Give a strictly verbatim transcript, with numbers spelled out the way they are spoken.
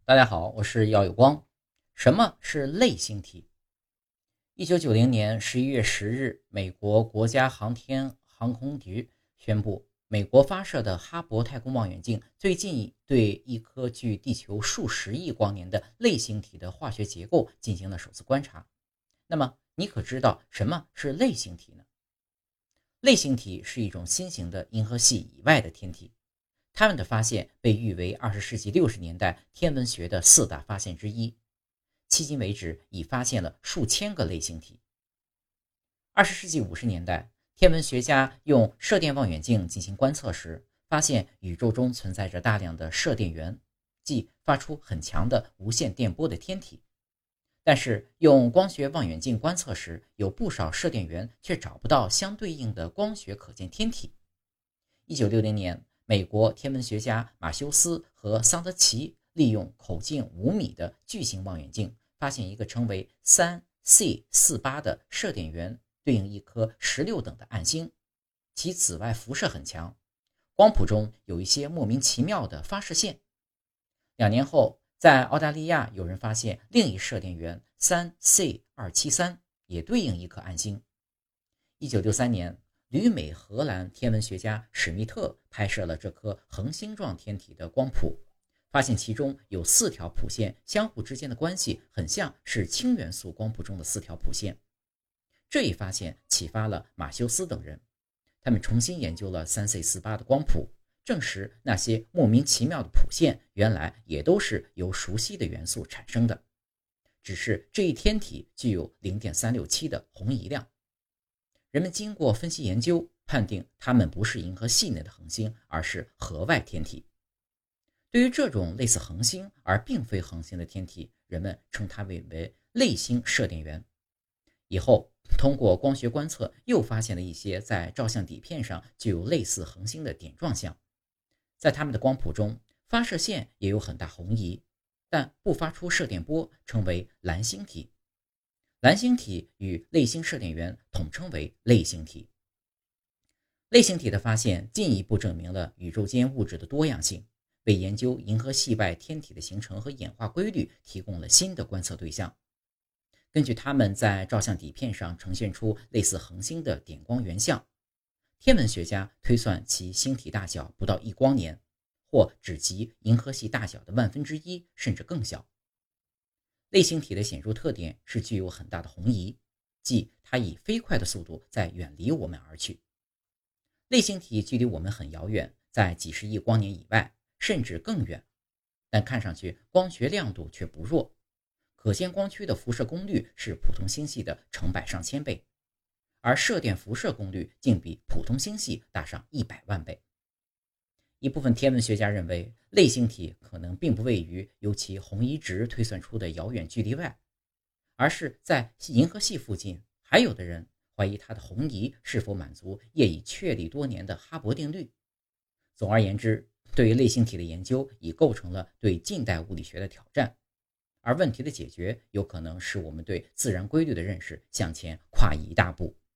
大家好，我是耀有光。什么是类星体？一九九零年十一月十日，美国国家航天航空局宣布，美国发射的哈勃太空望远镜最近对一颗距地球数十亿光年的类星体的化学结构进行了首次观察。那么，你可知道什么是类星体呢？类星体是一种新型的银河系以外的天体。他们的发现被誉为二十世纪六十年代天文学的四大发现之一，迄今为止已发现了数千个类星体。二十世纪五十年代，天文学家用射电望远镜进行观测时，发现宇宙中存在着大量的射电源，即发出很强的无线电波的天体。但是用光学望远镜观测时，有不少射电源却找不到相对应的光学可见天体。一九六零年，美国天文学家马修斯和桑德奇利用口径五米的巨型望远镜，发现一个称为 三 C 四八 的射电源，对应一颗十六等的暗星，其紫外辐射很强，光谱中有一些莫名其妙的发射线。两年后，在澳大利亚有人发现另一射电源 三 C 二七三，也对应一颗暗星。一九六三年，旅美荷兰天文学家史密特拍摄了这颗恒星状天体的光谱，发现其中有四条谱线相互之间的关系很像是氢元素光谱中的四条谱线。这一发现启发了马修斯等人，他们重新研究了 三 C 四八 的光谱，证实那些莫名其妙的谱线原来也都是由熟悉的元素产生的，只是这一天体具有 零点三六七 的红移量。人们经过分析研究，判定它们不是银河系内的恒星，而是河外天体。对于这种类似恒星而并非恒星的天体，人们称它为为类星射电源。以后通过光学观测，又发现了一些在照相底片上具有类似恒星的点状像，在它们的光谱中，发射线也有很大红移，但不发出射电波，称为蓝星体。蓝星体与类星射电源统称为类星体。类星体的发现进一步证明了宇宙间物质的多样性，为研究银河系外天体的形成和演化规律提供了新的观测对象。根据它们在照相底片上呈现出类似恒星的点光源相，天文学家推算其星体大小不到一光年，或只及银河系大小的万分之一，甚至更小。类星体的显著特点是具有很大的红移，即它以飞快的速度在远离我们而去。类星体距离我们很遥远，在几十亿光年以外，甚至更远，但看上去光学亮度却不弱，可见光区的辐射功率是普通星系的成百上千倍，而射电辐射功率竟比普通星系大上一百万倍。一部分天文学家认为，类星体可能并不位于由其红移值推算出的遥远距离外，而是在银河系附近。还有的人怀疑它的红移是否满足业已确立多年的哈勃定律。总而言之，对于类星体的研究已构成了对近代物理学的挑战，而问题的解决有可能使我们对自然规律的认识向前跨一大步。